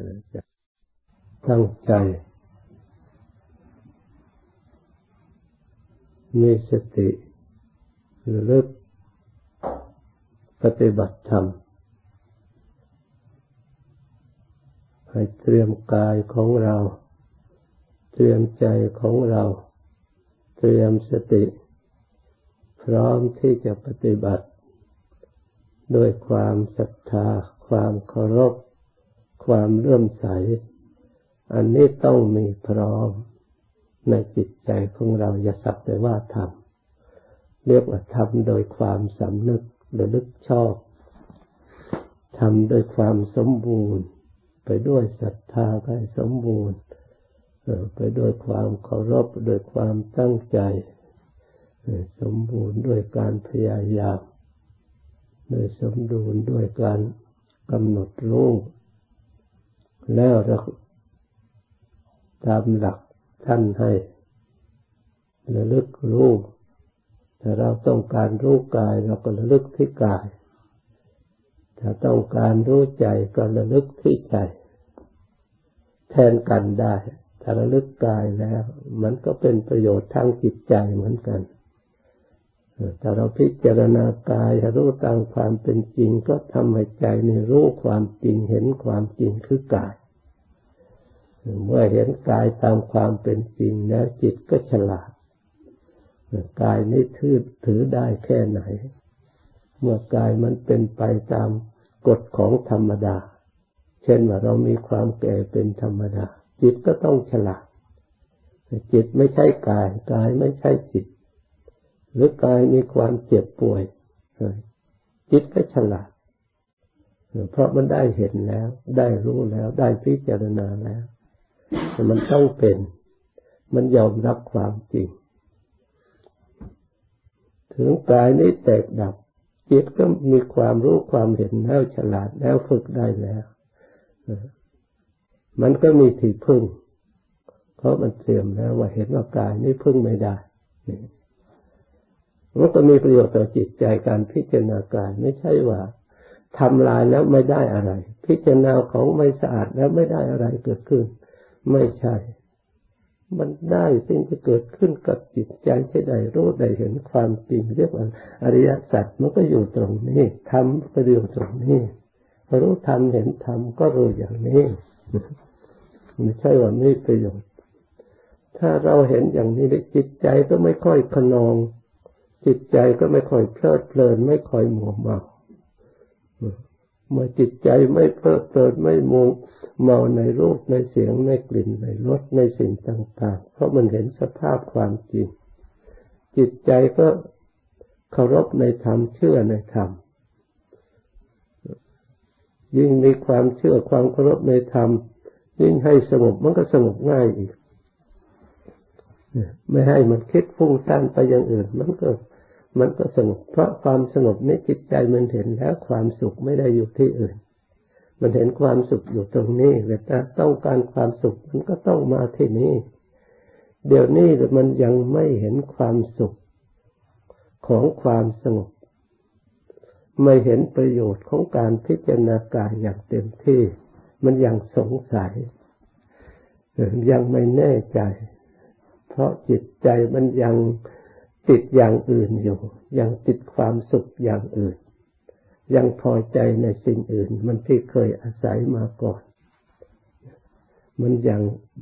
ตั้งใจมีสติระลึกปฏิบัติธรรมให้เตรียมกายของเราเตรียมใจของเราเตรียมสติพร้อมที่จะปฏิบัติด้วยความศรัทธาความเคารพความเลื่อมใสอันนี้ต้องมีพร้อมในจิตใจของเราอย่าสักแต่ว่าทำเรียกว่าทำโดยความสำนึกระลึกชอบทำโดยความสมบูรณ์ไปด้วยศรัทธาให้สมบูรณ์ไปด้วยความเคารพด้วยความตั้งใจสมบูรณ์ด้วยการพยายามโดยสมบูรณ์ด้วยการกำหนดรู้แล้วเราตามหลักท่านให้ระลึกรู้ถ้าเราต้องการรู้กายเราก็ระลึกที่กายถ้าต้องการรู้ใจก็ระลึกที่ใจแทนกันได้ถ้าระลึกกายแล้วมันก็เป็นประโยชน์ทางจิตใจเหมือนกันถ้าเราพิจารณากายรู้ตามความเป็นจริงก็ทำให้ใจนี่รู้ความจริงเห็นความจริงคือกายเมื่อเห็นกายตามความเป็นจริงแล้วจิตก็ฉลาดกายนี้ถือได้แค่ไหนเมื่อกายมันเป็นไปตามกฎของธรรมดาเช่นว่าเรามีความแก่เป็นธรรมดาจิตก็ต้องฉลาดจิตไม่ใช่กายกายไม่ใช่จิตหรือกายมีความเจ็บป่วยจิตก็ฉลาดเพราะมันได้เห็นแล้วได้รู้แล้วได้พิจารณาแล้วมันต้องเป็นมันยอมรับความจริงถึงกายนี้แตกดับจิตก็มีความรู้ความเห็นแล้วฉลาดแล้วฝึกได้แล้วมันก็มีที่พึ่งเพราะมันเสื่อมแล้วว่าเห็นว่ากายนี้พึ่งไม่ได้มันก็มีประโยชน์ต่อจิตใจการพิจารณากายไม่ใช่ว่าทำลายแล้วไม่ได้อะไรพิจารณาของไม่สะอาดแล้วไม่ได้อะไรเกิดขึ้นไม่ใช่มันได้สิ่งที่เกิดขึ้นกับจิตใจที่ได้รู้ได้เห็นความจริงเรียกว่าอริยสัจมันก็อยู่ตรงนี้ธรรมก็อยู่ตรงนี้รู้ธรรมเห็นธรรมก็รู้อย่างนี้ไม่ใช่ว่าไม่ประโยชน์ถ้าเราเห็นอย่างนี้จิตใจก็ไม่ค่อยขนองจิตใจก็ไม่ค่อยเพลิดเพลินไม่ค่อยมัวเมาเมื่อจิตใจไม่เพลิดเพลินไม่มัวเมาในรูปในเสียงในกลิ่นในรสในสิ่งต่างๆเพราะมันเห็นสภาพความจริงจิตใจก็เคารพในธรรมเชื่อในธรรมยิ่งมีความเชื่อความเคารพในธรรมยิ่งให้สงบมันก็สงบง่ายอีกไม่ให้มันคิดฟุ้งซ่านไปอย่างอื่นมันก็สงบเพราะความสงบในจิตใจมันเห็นแล้วความสุขไม่ได้อยู่ที่อื่นมันเห็นความสุขอยู่ตรงนี้แต่ถ้าต้องการความสุขมันก็ต้องมาที่นี่เดี๋ยวนี้มันยังไม่เห็นความสุขของความสงบไม่เห็นประโยชน์ของการพิจารณากายอย่างเต็มที่มันยังสงสัยยังไม่แน่ใจเพราะจิตใจมันยังติดอย่างอื่นอยู่ยังติดความสุขอย่างอื่นยังพอใจในสิ่งอื่นมันที่เคยอาศัยมาก่อนมันยัง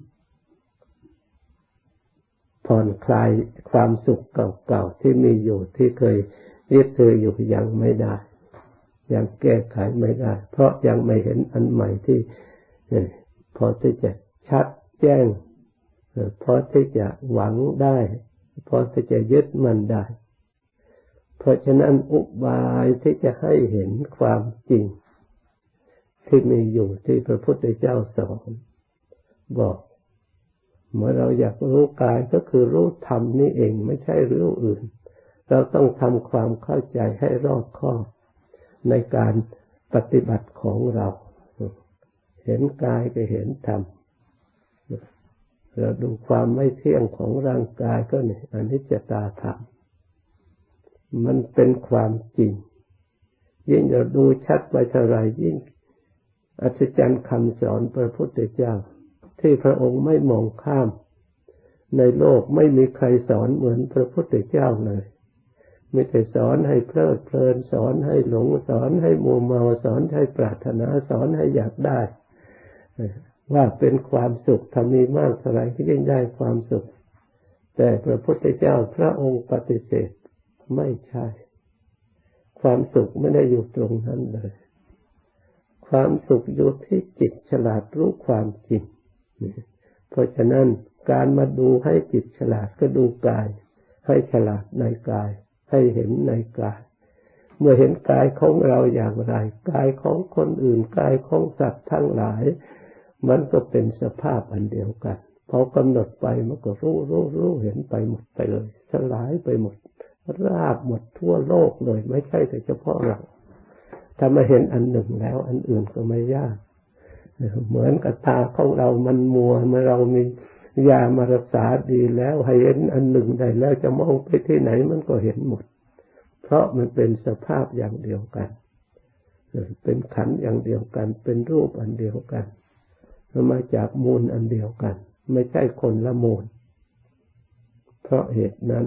ผ่อนคลายความสุขเก่าๆที่มีอยู่ที่เคยยึดถืออยู่ยังไม่ได้ยังแก้ไขไม่ได้เพราะยังไม่เห็นอันใหม่ที่พอที่จะชัดแจ้งพอที่จะหวังได้พอที่จะยึดมันได้เพราะฉะนั้นอุบายที่จะให้เห็นความจริงที่มีอยู่ที่พระพุทธเจ้าสอนบอกเมื่อเราอยากรู้กายก็คือรู้ธรรมนี่เองไม่ใช่รู้อื่นเราต้องทำความเข้าใจให้รอบคอบในการปฏิบัติของเราเห็นกายก็เห็นธรรมเราดูความไม่เที่ยงของร่างกายก็เนี่ยอนิจจตาธรรมมันเป็นความจริงยิ่งเราดูชัดไปเท่าไรยิ่งอัศจรรย์คำสอนพระพุทธเจ้าที่พระองค์ไม่มองข้ามในโลกไม่มีใครสอนเหมือนพระพุทธเจ้าเลยไม่ได้สอนให้เพลิดเพลินสอนให้หลงสอนให้มัวเมาสอนให้ปรารถนาสอนให้อยากได้ว่าเป็นความสุขทำมีมากเท่าไรก็ยิ่งได้ความสุขแต่พระพุทธเจ้าพระองค์ปฏิเสธไม่ใช่ความสุขไม่ได้อยู่ตรงนั้นเลยความสุขอยู่ที่จิตฉลาดรู้ความจริงเพราะฉะนั้นการมาดูให้จิตฉลาดก็ดูกายให้ฉลาดในกายให้เห็นในกายเมื่อเห็นกายของเราอย่างไรกายของคนอื่นกายของสัตว์ทั้งหลายมันก็เป็นสภาพอันเดียวกันพอกำหนดไปมันก็รู้เห็นไปหมดไปเลยสลายไปหมดราบหมดทั่วโลกเลยไม่ใช่แต่เฉพาะเราถ้ามาเห็นอันหนึ่งแล้วอันอื่นก็ไม่ยากเหมือนกับตาของเรามันมัวเมื่อเรามียามารักษาดีแล้วให้เห็นอันหนึ่งได้แล้วจะมองไปที่ไหนมันก็เห็นหมดเพราะมันเป็นสภาพอย่างเดียวกันเป็นขันธ์อย่างเดียวกันเป็นรูปอันเดียวกันมาจากมูลอันเดียวกันไม่ใช่คนละมูลเพราะเหตุนั้น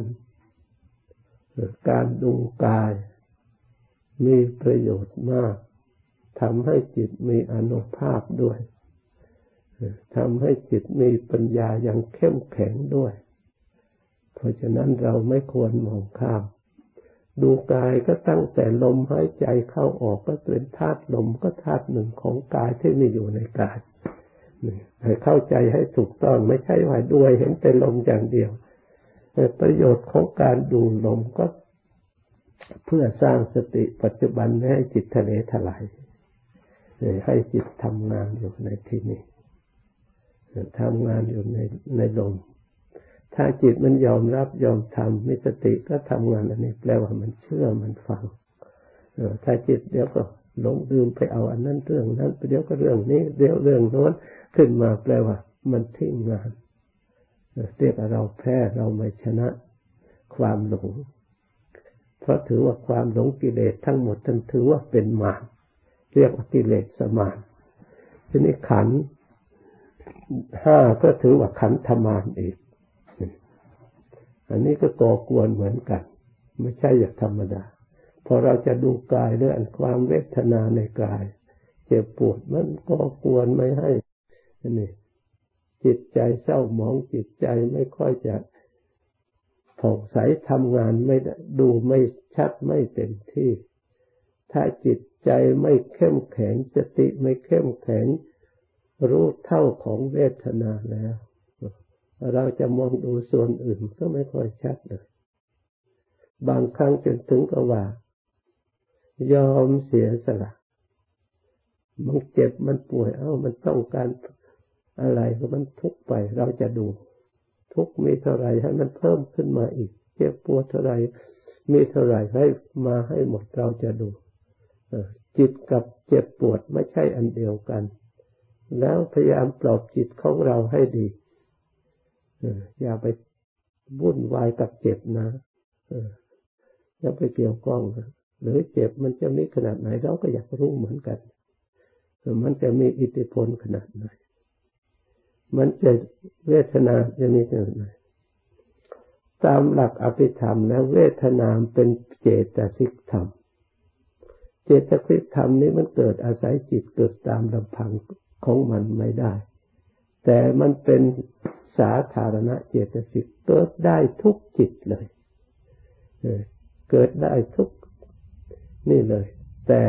การดูกายมีประโยชน์มากทำให้จิตมีอานุภาพด้วยทำให้จิตมีปัญญาอย่างเข้มแข็งด้วยเพราะฉะนั้นเราไม่ควรมองข้ามดูกายก็ตั้งแต่ลมหายใจเข้าออกก็เป็นธาตุลมก็ธาตุหนึ่งของกายที่มีอยู่ในกายให้เข้าใจให้ถูกต้องไม่ใช่ว่าด้วยเห็นแต่ลมอย่างเดียวประโยชน์ของการดูลมก็เพื่อสร้างสติปัจจุบันให้จิตทะเลถลายให้จิตทำงานอยู่ในที่นี้ทำงานอยู่ในลมถ้าจิตมันยอมรับยอมทำมีสติก็ทำงานอันนี้แปลว่ามันเชื่อมันฟังถ้าจิตเดี๋ยวก็หลงลืมไปเอาอันนั้นเรื่องนั้นเดี๋ยวก็เรื่องนี้เดี๋ยวเรื่องโน้นขึ้นมาแปลว่ามันทิ้งงานเรียกว่าเราแพ้เราไม่ชนะความหลงเพราะถือว่าความหลงกิเลสทั้งหมดท่านถือว่าเป็นมารเรียกว่ากิเลสมารทีนี้ขันธ์ห้าก็ถือว่าขันธมารอีกอันนี้ก็ก่อกวนเหมือนกันไม่ใช่อย่างธรรมดาพอเราจะดูกายด้วยความเวทนาในกายเจ็บปวดมันก่อกวนไม่ให้นี่จิตใจเศร้าหมองจิตใจไม่ค่อยจะผ่องใสทำงานไม่ดูไม่ชัดไม่เต็มที่ถ้าจิตใจไม่เข้มแข็งสติไม่เข้มแข็งรู้เท่าของเวทนาแล้วเราจะมองดูส่วนอื่นก็ไม่ค่อยชัดเลยบางครั้งจนถึงกับว่ายอมเสียสละมันเจ็บมันป่วยมันต้องการอะไรก็มันทุกข์ไปเราจะดูทุกข์มีเท่าไรให้มันเพิ่มขึ้นมาอีกเจ็บปวดเท่าไรมีเท่าไรให้มาให้หมดเราจะดูจิตกับเจ็บปวดไม่ใช่อันเดียวกันแล้วพยายามปลอบจิตของเราให้ดีอย่าไปวุ่นวายกับเจ็บนะอย่าไปเกี่ยวข้องนะหรือเจ็บมันจะมีขนาดไหนเราก็อยากรู้เหมือนกันมันจะมีอิทธิพลขนาดไหนมันจะเวทนาจะมีขนาดไหนตามหลักอภิธรรมแล้วเวทนาเป็นเจตสิกธรรมเจตสิกธรรมนี้มันเกิดอาศัยจิตเกิดตามลำพังของมันไม่ได้แต่มันเป็นสาธารณเจตสิกเกิดได้ทุกจิตเลยเกิดได้ทุกนี่เลยแต่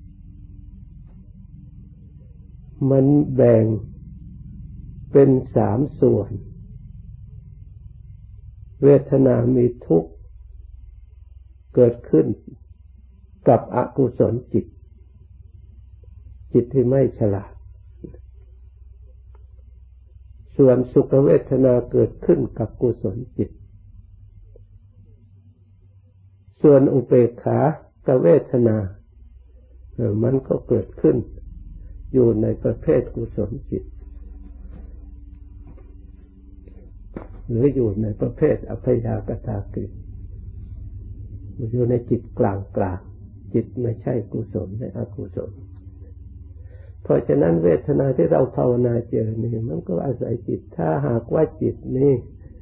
มันแบ่งเป็นสามส่วนเวทนามีทุกข์เกิดขึ้นกับอกุศลจิตที่ไม่ฉลาดส่วนสุขเวทนาเกิดขึ้นกับกุศลจิตส่วนอุเบกขากเวทนามันก็เกิดขึ้นอยู่ในประเภทกุศลจิตหรืออยู่ในประเภทอัพยากตากฤิอยู่ในจิตกลางจิตไม่ใช่กุศลในอกุศลเพราะฉะนั้นเวทนาที่เราภาวนาเจอนี่มันก็อาศัยจิตถ้าหากว่าจิตนี่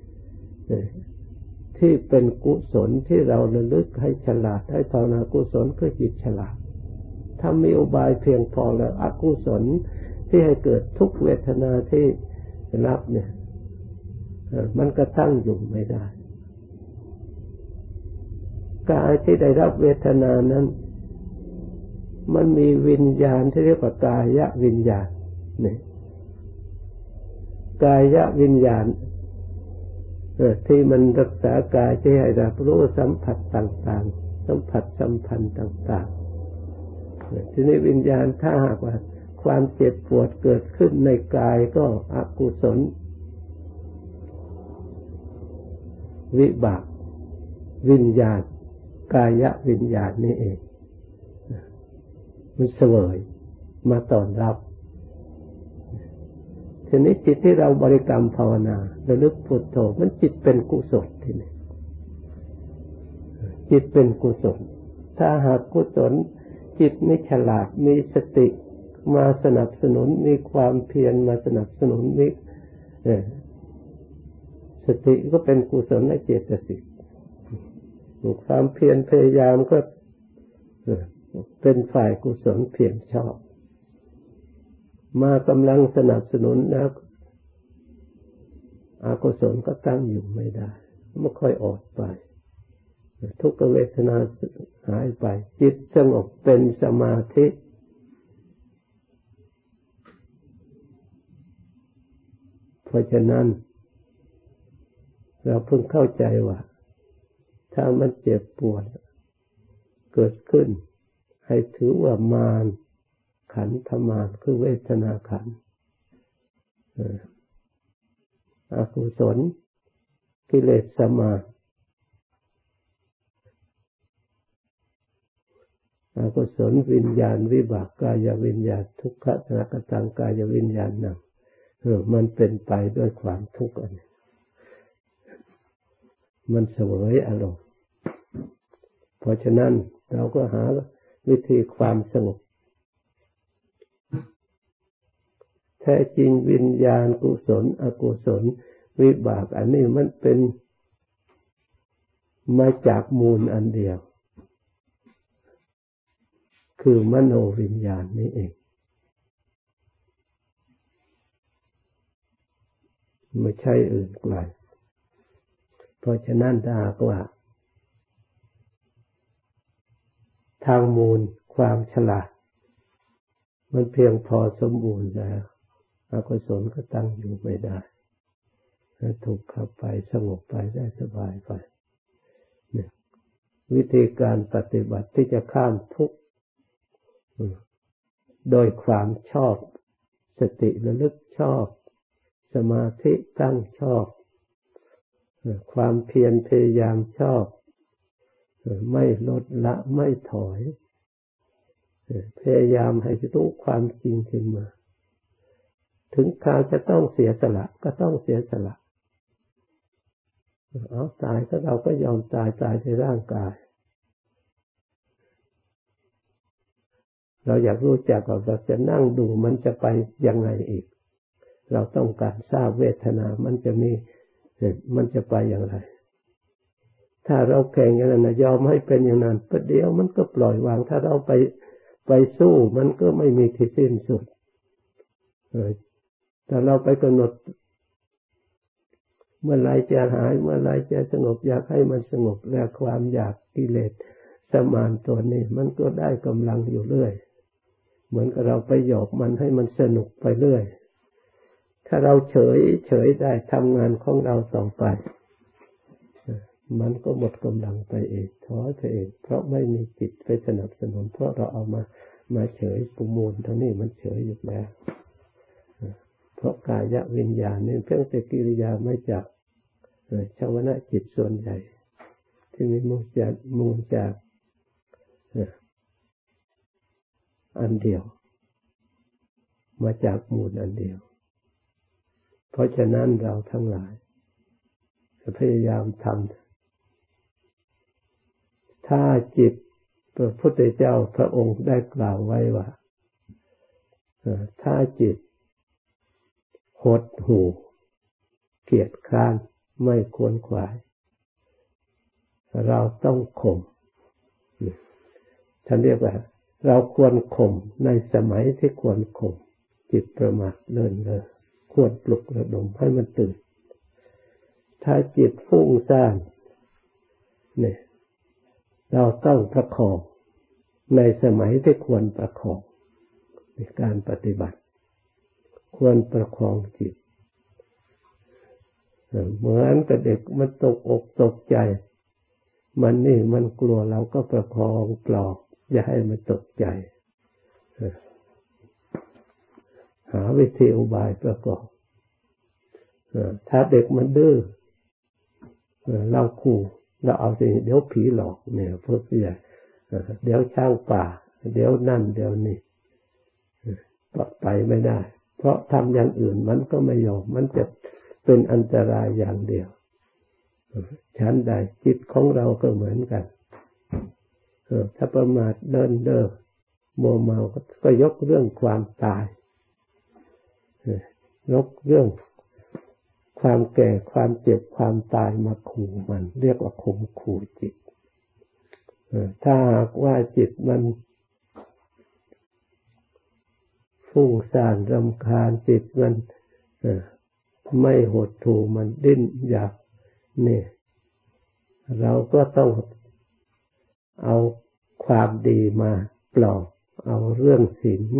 ที่เป็นกุศลที่เราระลึกให้ฉลาดให้ภาวนากุศลคือจิตฉลาดถ้ามีอุบายเพียงพอแล้วอกุศลที่ให้เกิดทุกเวทนาที่รับเนี่ยมันก็ตั้งอยู่ไม่ได้กายที่ได้รับเวทนานั้นมันมีวิญญาณที่เรียกว่ากายวิญญาณนี่กายวิญญาณที่มันรักษากายที่ให้รับรู้สัมผัสต่างๆสัมผัสสัมพันธ์ต่างๆทีนี้วิญญาณถ้าหากว่าความเจ็บปวดเกิดขึ้นในกายก็อกุศลวิบากวิญญาณกายวิญญาณนี่เองมันเสวยมาต้อนรับทีนี้จิตที่เราบริกรรมภาวนาระลึกพุทโธมันจิตเป็นกุศลทีนี้จิตเป็นกุศลถ้าหากกุศลจิตไม่ฉลาดมีสติมาสนับสนุนมีความเพียรมาสนับสนุนมีสติก็เป็นกุศลและเจตสิกความเพียรพยายามก็เป็นฝ่ายกุศลเพียรชอบมากำลังสนับสนุนแล้วอกุศลก็ตั้งอยู่ไม่ได้ไม่ค่อยออกไปทุกขเวทนาหายไปจิตสงบเป็นสมาธิเพราะฉะนั้นเราเพิ่งเข้าใจว่าถ้ามันเจ็บปวดเกิดขึ้นให้ถือว่ามารขันธมารคือเวทนาขันธ์อกุศลกิเลสมารอกุศลวิญญาณวิบากกายวิญญาณทุกขะกตังกายวิญญาณนั่นมันเป็นไปด้วยความทุกข์อันนี้มันเสวยอารมณ์เพราะฉะนั้นเราก็หาวิธีความสงบแท้จริงวิญญาณกุศลอกุศลวิบากอันนี้มันเป็นมาจากมูลอันเดียวคือมโนวิญญาณนี้เองไม่ใช่อื่นไกลเพราะฉะนั้นถ้าหากว่าทางมูลความฉลาดมันเพียงพอสมบูรณ์แล้วอกุศลก็ตั้งอยู่ไม่ได้ถูกขับไปสงบไปได้สบายไปเนี่ยวิธีการปฏิบัติที่จะข้ามทุกข์โดยความชอบสติระลึกชอบสมาธิตั้งชอบความเพียรพยายามชอบไม่ลดละไม่ถอยพยายามให้รู้ความจริงขึ้นมาถึงคราวจะต้องเสียสละก็ต้องเสียสละเอาตายก็เราก็ยอมตายในร่างกายเราอยากรู้จักว่าเราจะนั่งดูมันจะไปยังไงอีกเราต้องการทราบเวทนามันจะมีมันจะไปอย่างไรถ้าเราแข่งอย่างนั้นยอมให้เป็นอย่างนั้นประเดี๋ยวมันก็ปล่อยวางถ้าเราไปสู้มันก็ไม่มีที่สิ้นสุดถ้าเราไปกำหนดเมื่อไรจะหายเมื่อไรจะสงบอยากให้มันสงบแล้วความอยากกิเลสสมานตัวนี้มันก็ได้กำลังอยู่เรื่อยเหมือนกับเราไปหยอกมันให้มันสนุกไปเรื่อยถ้าเราเฉยได้ทำงานของเราต่อไปมันก็หมดกำลังไปเองท้อไปเองเพราะไม่มีจิตไปสนับสนุนเพราะเราเอามาเฉยปุมูลทั้งนี้มันเฉยอยู่แล้วเพราะกายวิญญาณนี่เพียงแต่กิริยาไม่จากชาวนะจิตส่วนใหญ่ที่มีมูลจากอันเดียวมาจากมูลอันเดียวเพราะฉะนั้นเราทั้งหลายจะพยายามทำถ้าจิตพระพุทธเจ้าพระองค์ได้กล่าวไว้ว่าถ้าจิตหดหู่เกียจคร้านไม่ขวนขวายเราต้องข่มท่านเรียกว่าเราควรข่มในสมัยที่ควรข่มจิตประมาทเลินเล่อควรปลุกระดมให้มันตื่นถ้าจิตฟุ้งซ่านเนี่ยเราต้องประคองในสมัยที่ควรประคองในการปฏิบัติควรประคองจิตเหมือนกับเด็กมันตกอกตกใจมันกลัวเราก็ประคองปลอบอย่าให้มันตกใจหาวิธีอุบายประกอบถ้าเด็กมันดื้อเราขู่เราเอาสิเดี๋ยวผีหลอกเนี่ยพวกใหญ่เดี๋ยวช้างป่าเดี๋ยวนั่นเดี๋ยวนี่ไปไม่ได้เพราะทำอย่างอื่นมันก็ไม่ยอมมันจะเป็นอันตรายอย่างเดียวชั้นใดจิตของเราก็เหมือนกันถ้าประมาทเดินเด้อมัวเมาก็ยกเรื่องความตายยกเรื่องความแก่ความเจ็บความตายมาขู่มันเรียกว่าข่มขู่จิตถ้าหากว่าจิตมันฟุ้งซ่านรำคาญจิตมันไม่หดหู่มันดิ้นอยากนี่เราก็ต้องเอาความดีมาปลอบเอาเรื่องศีล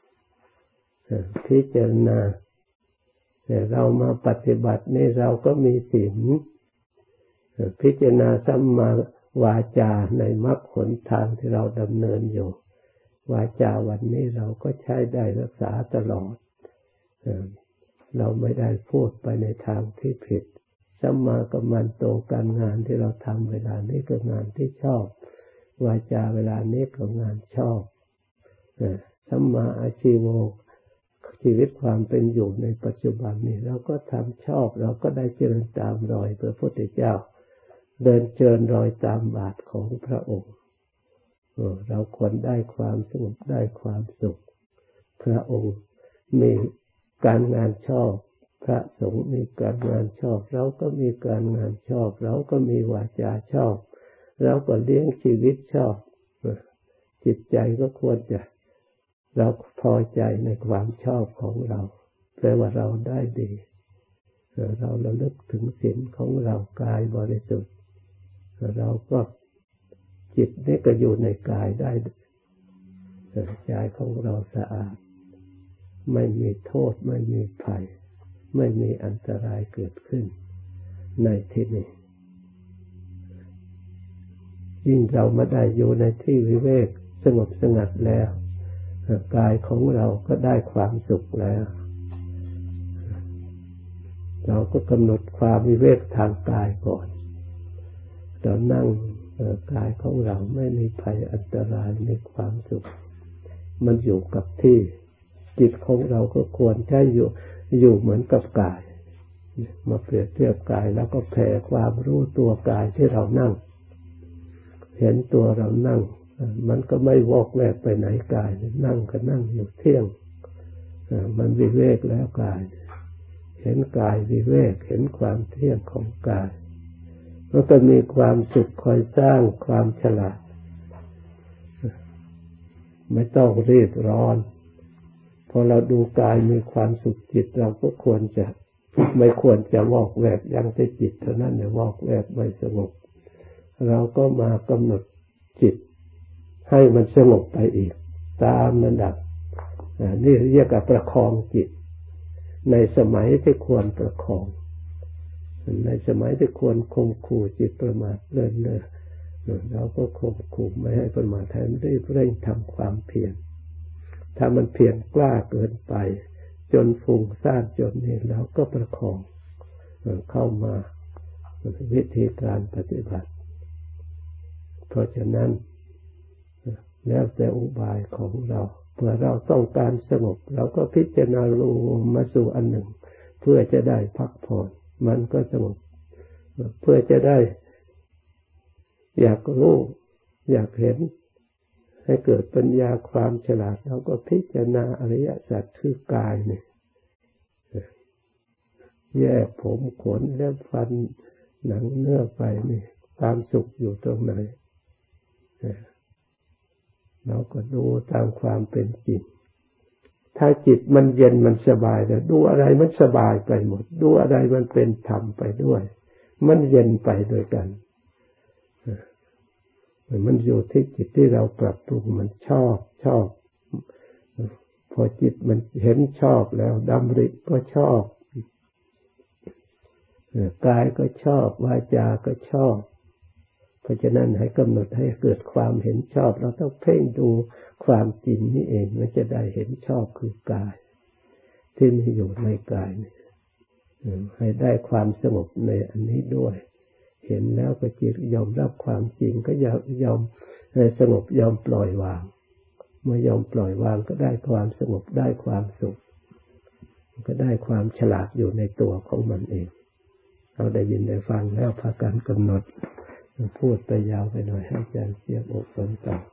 พิจารณาเรามาปฏิบัตินี่เราก็มีศีลพิจารณาสัมมาวาจาในมรรคหนทางที่เราดำเนินอยู่วาจาวันนี้เราก็ใช้ได้รักษาตลอดเราไม่ได้พูดไปในทางที่ผิดสัมมากัมมันโตการงานที่เราทำเวลานี้ก็งานที่ชอบวาจาเวลานี้ก็งานชอบสัมมาอาชีโวชีวิตความเป็นอยู่ในปัจจุบันนี้เราก็ทำชอบเราก็ได้เจริญตามรอยพระพุทธเจ้าเดินเจริญรอยตามบาทของพระองค์เราควรได้ความสงบได้ความสุขพระองค์มีการงานชอบพระสงฆ์มีการงานชอบเราก็มีการงานชอบเราก็มีวาจาชอบเราก็เลี้ยงชีวิตชอบจิตใจก็ควรจะเราพอใจในความชอบของเราแปลว่าเราได้ดีเราระลึกถึงศีลของเรากายบริสุทธิ์เราก็จิตนี่ก็อยู่ในกายได้ใจของเราสะอาดไม่มีโทษไม่มีภัยไม่มีอันตรายเกิดขึ้นในที่นี้ยิ่งเรามาได้อยู่ในที่วิเวกสงบสงัดแล้วกายของเราก็ได้ความสุขแล้วเราก็กำหนดความวิเวกทางกายก่อนเรานั่งกายของเราไม่มีภัยอันตรายมีความสุขมันอยู่กับที่จิตของเราก็ควรใช้อยู่เหมือนกับกายมาเปรียบเทียบกายแล้วก็แผ่ความรู้ตัวกายที่เรานั่งเห็นตัวเรานั่งมันก็ไม่วอกแวกไปไหนกายนั่งก็นั่งอยู่เที่ยงมันวิเวกแล้วกายเห็นกายวิเวกเห็นความเที่ยงของกายมันก็มีความสุขคอยสร้างความฉลาดไม่ต้องรีบร้อนพอเราดูกายมีความสุขจิตเราก็ไม่ควรจะวอกแวกยังแต่จิตเท่านั้นเนี่ยวอกแวกไม่สงบเราก็มากำหนดจิตให้มันสงบไปอีกตามระดับนี่เรียกว่าประคองจิตในสมัยที่ควรประคองในสมัยที่ควรข่มขู่จิตประมาทเลินเล่อเราก็ข่มขู่ไม่ให้ประมาทแทนรีบเร่งทำความเพียรถ้ามันเพียรกล้าเกินไปจนฟุ้งซ่านจนนี่แล้วก็ประคองเข้ามาวิธีการปฏิบัติเพราะฉะนั้นแล้วแต่อุบายของเราเมื่อเราต้องการสงบเราก็พิจารณารวมมาสู่อันหนึ่งเพื่อจะได้พักผ่อนมันก็สงบเพื่อจะได้อยากรู้อยากเห็นให้เกิดปัญญาความฉลาดเราก็พิจารณาอริยสัจคือกายนี่แยกผมขนเล็บฟันหนังเนื้อไปนี่ความสุขอยู่ตรงไหนเราก็ดูตามความเป็นจริงถ้าจิตมันเย็นมันสบายแล้วดูอะไรมันสบายไปหมดดูอะไรมันเป็นธรรมไปด้วยมันเย็นไปด้วยกันมันอยู่ที่จิตที่เราปรับปรุงมันชอบพอจิตมันเห็นชอบแล้วดำริก็ชอบกายก็ชอบวาจาก็ชอบเพราะฉะนั้นให้กำหนดให้เกิดความเห็นชอบเราต้องเพ่งดูความจริงนี่เองมันจะได้เห็นชอบคือกายที่มีอยู่ในกายให้ได้ความสงบในอันนี้ด้วยเห็นแล้วก็จิตยอมรับความจริงก็ยอมสงบยอมปล่อยวางเมื่อยอมปล่อยวางก็ได้ความสงบได้ความสุขก็ได้ความฉลาดอยู่ในตัวของมันเองเราได้ยินได้ฟังแล้วพากันกำหนดพูดไปยาวไปหน่อยให้ใจเสียบอกสนใจ